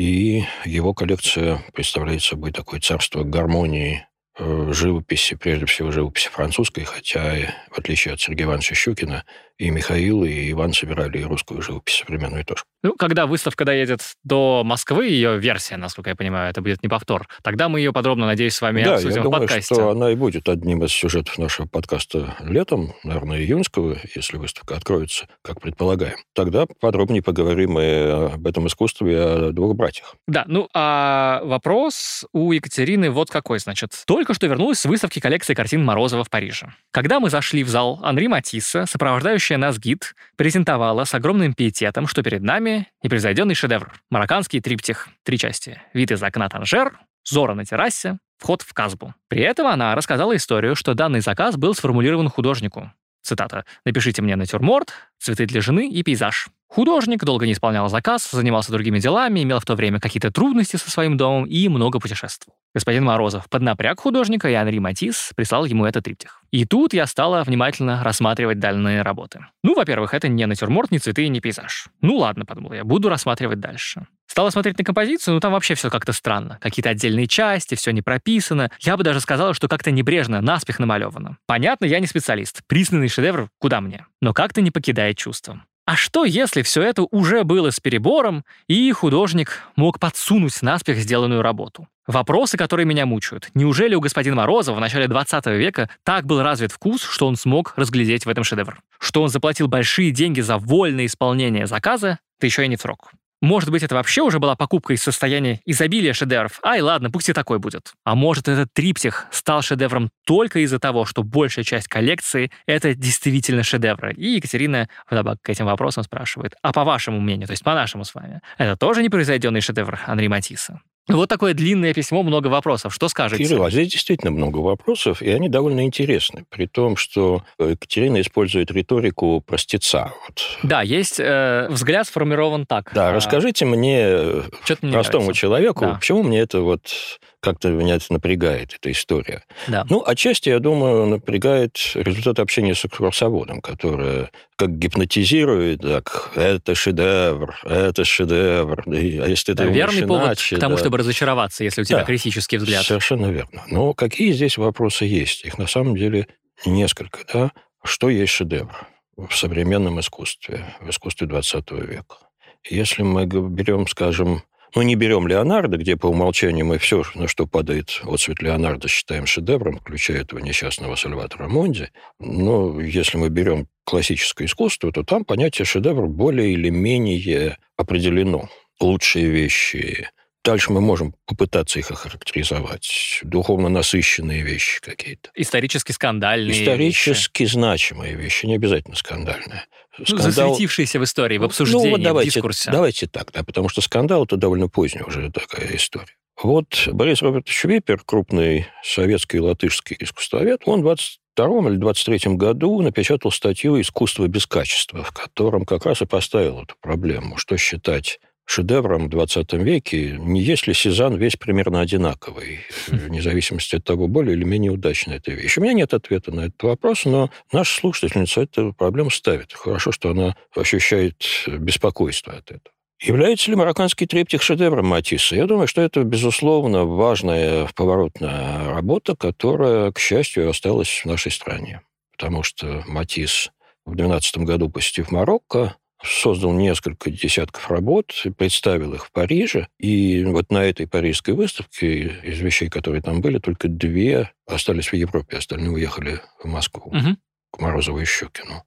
и его коллекция представляет собой такое царство гармонии живописи, прежде всего живописи французской, хотя, в отличие от Сергея Ивановича Щукина, и Михаил, и Иван собирали и русскую живопись современную тоже. Ну, когда выставка доедет до Москвы, ее версия, насколько я понимаю, это будет не повтор, тогда мы ее подробно, надеюсь, с вами да, обсудим я в думаю, подкасте. Что она и будет одним из сюжетов нашего подкаста летом, наверное, июньского, если выставка откроется, как предполагаем. Тогда подробнее поговорим и об этом искусстве, и о двух братьях. Да, ну, а вопрос у Екатерины вот какой, значит. Только что вернулась с выставки коллекции картин Морозова в Париже. Когда мы зашли в зал Анри Матисса, сопровождающая нас гид презентовала с огромным пиететом, что перед нами непревзойденный шедевр. Марокканский триптих. Три части. Вид из окна Танжер, Зора на террасе, вход в Казбу. При этом она рассказала историю, что данный заказ был сформулирован художнику. Цитата. «Напишите мне натюрморт, цветы для жены и пейзаж». Художник долго не исполнял заказ, занимался другими делами, имел в то время какие-то трудности со своим домом и много путешествовал. Господин Морозов поднапряг художника, и Анри Матисс прислал ему этот триптих. И тут я стала внимательно рассматривать данные работы. Ну, во-первых, это не натюрморт, не цветы и не пейзаж. Ну ладно, подумала я, буду рассматривать дальше. Стала смотреть на композицию, ну там вообще все как-то странно. Какие-то отдельные части, все не прописано. Я бы даже сказала, что как-то небрежно, наспех намалевано. Понятно, я не специалист. Признанный шедевр куда мне? Но как-то не покидает чувства. А что, если все это уже было с перебором, и художник мог подсунуть наспех сделанную работу? Вопросы, которые меня мучают. Неужели у господина Морозова в начале двадцатого века так был развит вкус, что он смог разглядеть в этом шедевр? Что он заплатил большие деньги за вольное исполнение заказа, да еще и не в срок? Может быть, это вообще уже была покупка из состояния изобилия шедевров? Ай, ладно, пусть и такой будет. А может, этот триптих стал шедевром только из-за того, что большая часть коллекции — это действительно шедевры? И Екатерина вдобавок к этим вопросам спрашивает, а по вашему мнению, то есть по нашему с вами, это тоже непревзойденный шедевр Анри Матисса? Вот такое длинное письмо, много вопросов. Что скажете? Кирилл, а здесь действительно много вопросов, и они довольно интересны, при том, что Екатерина использует риторику простеца. Вот. Да, есть э, взгляд сформирован так. Да, а... расскажите мне, мне простому нравится. человеку, да. почему мне это вот как-то меня это напрягает, эта история. Да. Ну, отчасти, я думаю, напрягает результат общения с экскурсоводом, который как гипнотизирует, так, это шедевр, это шедевр. А если ты Верный повод иначе, к тому, да. чтобы разочароваться, если у тебя да, критический взгляд. Совершенно верно. Но какие здесь вопросы есть? Их на самом деле несколько. Да? Что есть шедевр в современном искусстве, в искусстве двадцатого века? Если мы берем, скажем, ну, не берем Леонардо, где по умолчанию мы все, на что падает отцвет Леонардо, считаем шедевром, включая этого несчастного Сальватора Монди. Но если мы берем классическое искусство, то там понятие шедевр более или менее определено. Лучшие вещи. Дальше мы можем попытаться их охарактеризовать. Духовно насыщенные вещи какие-то. Исторически скандальные Исторически вещи. значимые вещи, не обязательно скандальные. Ну, засветившиеся в истории, в обсуждении, ну, вот давайте, в дискурсе. Давайте так, да, потому что скандал – это довольно поздняя уже такая история. Вот Борис Робертович Випер, крупный советский и латышский искусствовед, он в двадцать втором или двадцать третьем году напечатал статью «Искусство без качества», в котором как раз и поставил эту проблему, что считать шедевром в двадцатом веке, не есть ли Сезанн весь примерно одинаковый, вне зависимости от того, более или менее удачная эта вещь. У меня нет ответа на этот вопрос, но наша слушательница эту проблему ставит. Хорошо, что она ощущает беспокойство от этого. Является ли марокканский триптих шедевром Матисса? Я думаю, что это, безусловно, важная поворотная работа, которая, к счастью, осталась в нашей стране. Потому что Матисс в двенадцатом году, посетив Марокко, создал несколько десятков работ, представил их в Париже. И вот на этой парижской выставке из вещей, которые там были, только две остались в Европе, остальные уехали в Москву, угу. к Морозову и Щукину.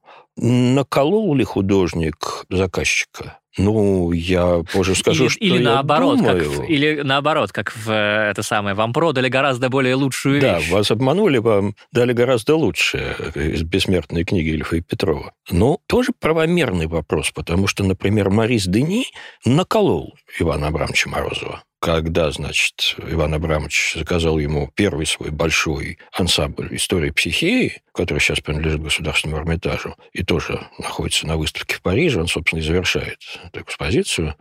Наколол ли художник заказчика? Ну, я позже скажу, или, что или я наоборот, думаю... Как, или наоборот, как в это самое, вам продали гораздо более лучшую да, вещь. Да, вас обманули, вам дали гораздо лучшее из бессмертной книги Ильфа и Петрова. Но тоже правомерный вопрос, потому что, например, Марис Дени наколол Ивана Абрамовича Морозова. когда, значит, Иван Абрамович заказал ему первый свой большой ансамбль «Истории психеи», который сейчас принадлежит Государственному Эрмитажу и тоже находится на выставке в Париже, он, собственно, и завершает эту экспозицию,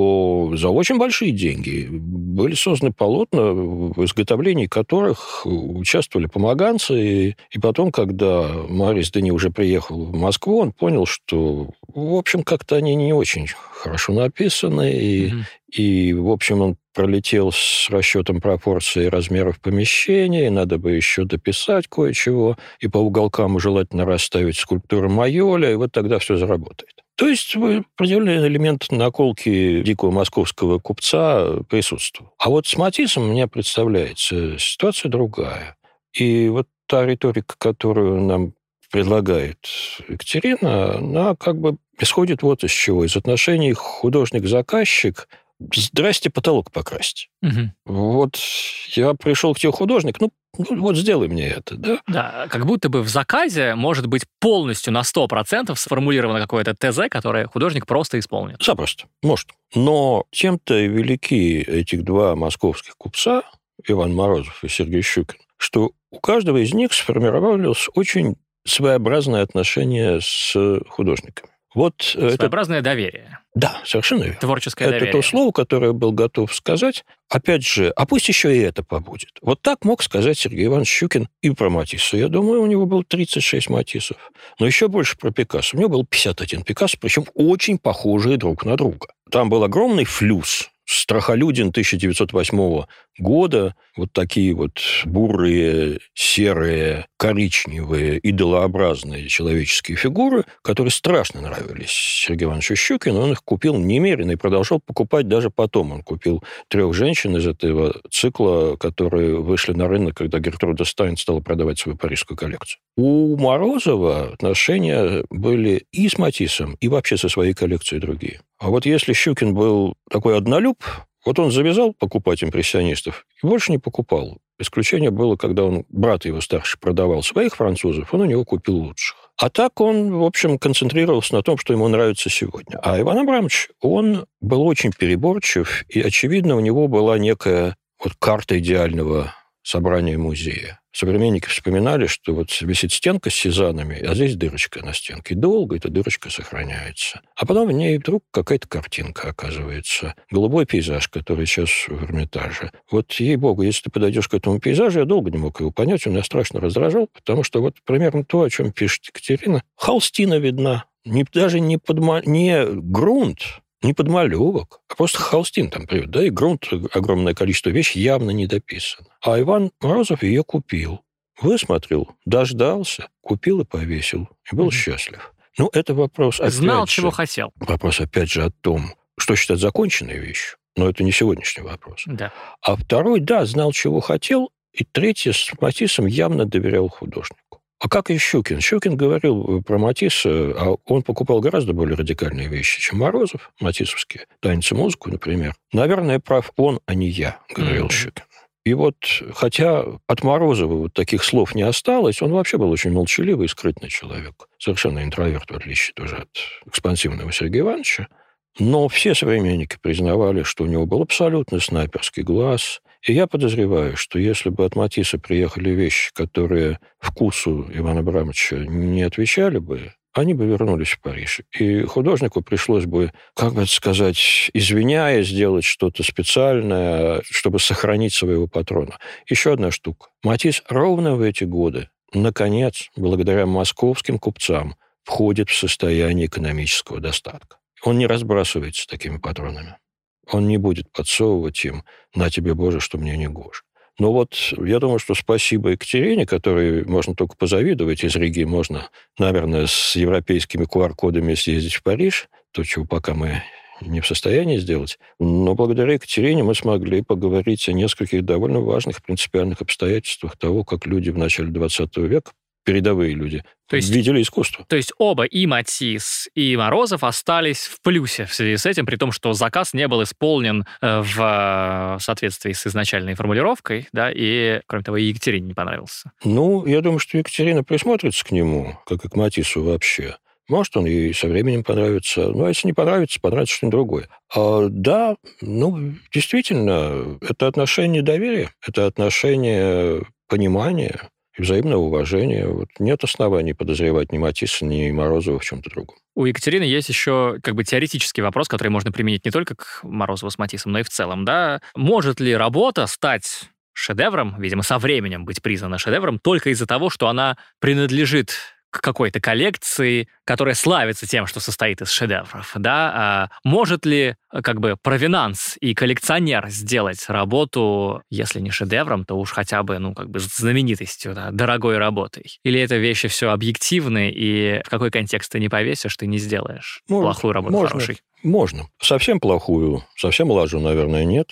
то за очень большие деньги были созданы полотна, в изготовлении которых участвовали помоганцы. И, и потом, когда Морис Дени уже приехал в Москву, он понял, что, в общем, как-то они не очень хорошо написаны. И, mm-hmm. и в общем, он пролетел с расчетом пропорций и размеров помещения, и надо бы еще дописать кое-чего, и по уголкам желательно расставить скульптуру Майоля, и вот тогда все заработает. То есть определенный элемент наколки дикого московского купца присутствовал. А вот с Матиссом, мне представляется, ситуация другая. И вот та риторика, которую нам предлагает Екатерина, она как бы исходит вот из чего. Из отношений художник-заказчик. Здрасте, потолок покрасить. Угу. Вот я пришел к тебе художник, ну, ну, вот сделай мне это, да? Да, как будто бы в заказе может быть полностью на сто процентов сформулировано какое-то ТЗ, которое художник просто исполнит. Запросто, может. Но чем-то велики этих два московских купца, Иван Морозов и Сергей Щукин, что у каждого из них сформировалось очень своеобразное отношение с художниками. Вот своеобразное это... доверие. Да, совершенно верно. Творческое это доверие. Это то слово, которое я был готов сказать. Опять же, а пусть еще и это побудет. Вот так мог сказать Сергей Иванович Щукин и про Матисса. Я думаю, у него было тридцать шесть Матиссов. Но еще больше про Пикассо. У него было пятьдесят один Пикассо, причем очень похожие друг на друга. Там был огромный флюс. Страхолюдин тысяча девятьсот восьмого года, вот такие вот бурые, серые, коричневые, идолообразные человеческие фигуры, которые страшно нравились Сергею Ивановичу Щукину. Он их купил немерено и продолжал покупать даже потом. Он купил трех женщин из этого цикла, которые вышли на рынок, когда Гертруда Стайн стала продавать свою парижскую коллекцию. У Морозова отношения были и с Матиссом, и вообще со своей коллекцией другие. А вот если Щукин был такой однолюб, вот он завязал покупать импрессионистов и больше не покупал. Исключение было, когда он, брат его старший, продавал своих французов, он у него купил лучших. А так он, в общем, концентрировался на том, что ему нравится сегодня. А Иван Абрамович, он был очень переборчив, и, очевидно, у него была некая вот карта идеального собрания музея. Современники вспоминали, что вот висит стенка с сезанами, а здесь дырочка на стенке. И долго эта дырочка сохраняется. А потом в ней вдруг какая-то картинка оказывается. Голубой пейзаж, который сейчас в Эрмитаже. Вот, ей-богу, если ты подойдешь к этому пейзажу, я долго не мог его понять, он меня страшно раздражал, потому что вот примерно то, о чем пишет Екатерина, холстина видна. Не, даже не, подма... не грунт, не подмалевок, а просто холстин там привет, да, и грунт, огромное количество вещей явно не дописано. А Иван Морозов ее купил, высмотрел, дождался, купил и повесил, и был mm-hmm. счастлив. Ну, это вопрос, опять Знал, же, чего хотел. Вопрос, опять же, о том, что считать законченной вещью, но это не сегодняшний вопрос. Да. А второй, да, знал, чего хотел, и третий, с Матиссом явно доверял художнику. А как и Щукин? Щукин говорил про Матисса, а он покупал гораздо более радикальные вещи, чем Морозов, матиссовские, танец и музыку, например. Наверное, прав он, а не я, говорил mm-hmm. Щукин. И вот, хотя от Морозова вот таких слов не осталось, он вообще был очень молчаливый и скрытный человек. Совершенно интроверт, в отличие тоже от экспансивного Сергея Ивановича. Но все современники признавали, что у него был абсолютно снайперский глаз. И я подозреваю, что если бы от Матисса приехали вещи, которые вкусу Ивана Абрамовича не отвечали бы, они бы вернулись в Париж. И художнику пришлось бы, как бы сказать, извиняясь, сделать что-то специальное, чтобы сохранить своего патрона. Еще одна штука. Матисс ровно в эти годы, наконец, благодаря московским купцам, входит в состояние экономического достатка. Он не разбрасывается такими патронами. Он не будет подсовывать им «на тебе, Боже, что мне не гоже». Но вот я думаю, что спасибо Екатерине, которой можно только позавидовать. Из Риги можно, наверное, с европейскими ку ар-кодами съездить в Париж, то, чего пока мы не в состоянии сделать. Но благодаря Екатерине мы смогли поговорить о нескольких довольно важных принципиальных обстоятельствах того, как люди в начале двадцатого века, передовые люди, то есть, видели искусство. То есть оба, и Матисс, и Морозов, остались в плюсе в связи с этим, при том, что заказ не был исполнен в соответствии с изначальной формулировкой, да, и, кроме того, и Екатерине не понравился. Ну, я думаю, что Екатерина присмотрится к нему, как и к Матиссу вообще. Может, он и со временем понравится. Но если не понравится, понравится что-нибудь другое. А, да, ну, действительно, это отношение доверия, это отношение понимания и взаимного уважения. Вот нет оснований подозревать ни Матисса, ни Морозова в чем-то другом. У Екатерины есть еще как бы теоретический вопрос, который можно применить не только к Морозову с Матиссом, но и в целом. Да? Может ли работа стать шедевром, видимо, со временем быть признана шедевром, только из-за того, что она принадлежит к какой-то коллекции, которая славится тем, что состоит из шедевров, да? А может ли как бы провинанс и коллекционер сделать работу, если не шедевром, то уж хотя бы, ну, как бы знаменитостью, да, дорогой работой? Или это вещи все объективны, и в какой контекст ты не повесишь, ты не сделаешь может, плохую работу можно, хорошей? Можно. Совсем плохую, совсем лажу, наверное, нет.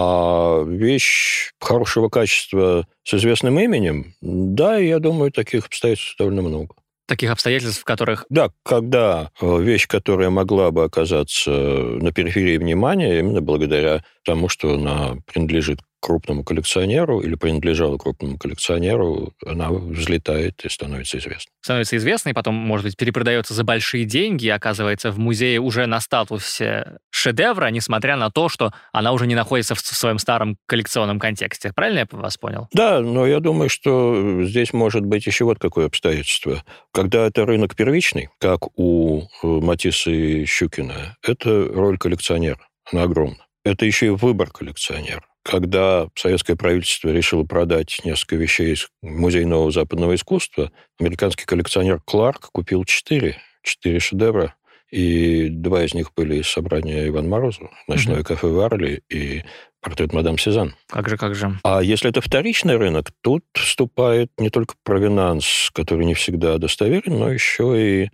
А вещь хорошего качества с известным именем, да, я думаю, таких обстоятельств довольно много. Таких обстоятельств, в которых... Да, когда вещь, которая могла бы оказаться на периферии внимания, именно благодаря тому, что она принадлежит крупному коллекционеру или принадлежала крупному коллекционеру, она взлетает и становится известной. Становится известной, потом, может быть, перепродается за большие деньги и оказывается в музее уже на статусе шедевра, несмотря на то, что она уже не находится в своем старом коллекционном контексте. Правильно я вас понял? Да, но я думаю, что здесь может быть еще вот какое обстоятельство. Когда это рынок первичный, как у Матисса и Щукина, это роль коллекционера. Она огромна. Это еще и выбор коллекционера. Когда советское правительство решило продать несколько вещей из Музея нового западного искусства, американский коллекционер Кларк купил четыре, четыре шедевра, и два из них были из собрания Ивана Морозова, «Ночное угу. кафе Варли» и портрет мадам Сезанн. Как же, как же. А если это вторичный рынок, тут вступает не только провинанс, который не всегда достоверен, но еще и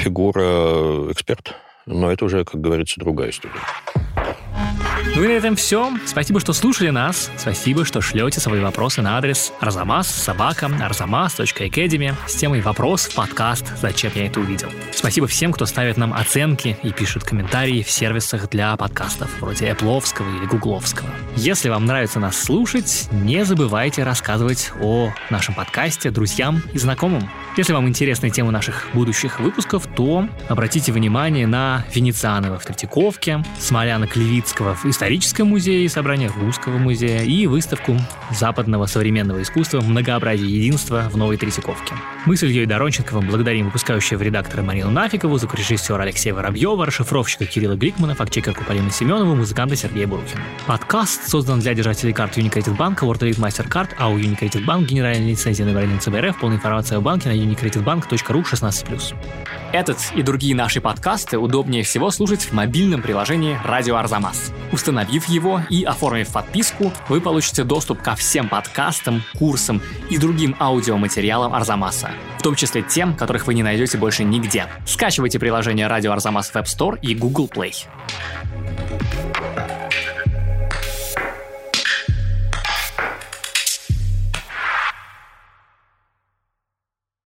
фигура эксперта. Но это уже, как говорится, другая история. Ну и на этом все. Спасибо, что слушали нас. Спасибо, что шлете свои вопросы на адрес arzamas собака arzamas точка academy с темой «Вопрос в подкаст. Зачем я это увидел?». Спасибо всем, кто ставит нам оценки и пишет комментарии в сервисах для подкастов, вроде Apple-овского или Гугловского. Если вам нравится нас слушать, не забывайте рассказывать о нашем подкасте друзьям и знакомым. Если вам интересны темы наших будущих выпусков, то обратите внимание на Венецианова в Третьяковке, Смоляна Клевицкого в историческом музее и собрание Русского музея и выставку западного современного искусства «Многообразие единства» в Новой Третьяковке. Мы с Ильей Доронченковым благодарим выпускающего редактора Марину Нафикову, звукорежиссера Алексея Воробьева, расшифровщика Кирилла Гликмана, фактчекерку Полину Семенову, музыканта Сергея Бурухина. Подкаст создан для держателей карт Unicredit Bank, World Elite MasterCard, а у Unicredit Bank генеральная лицензия номер один ЦБРФ. Полная информация о банке на unicreditbank точка ру шестнадцать плюс. Этот и другие наши подкасты удобнее всего слушать в мобильном приложении «Радио Арзамас». Установив его и оформив подписку, вы получите доступ ко всем подкастам, курсам и другим аудиоматериалам Арзамаса, в том числе тем, которых вы не найдете больше нигде. Скачивайте приложение «Радио Арзамас» в App Store и Google Play.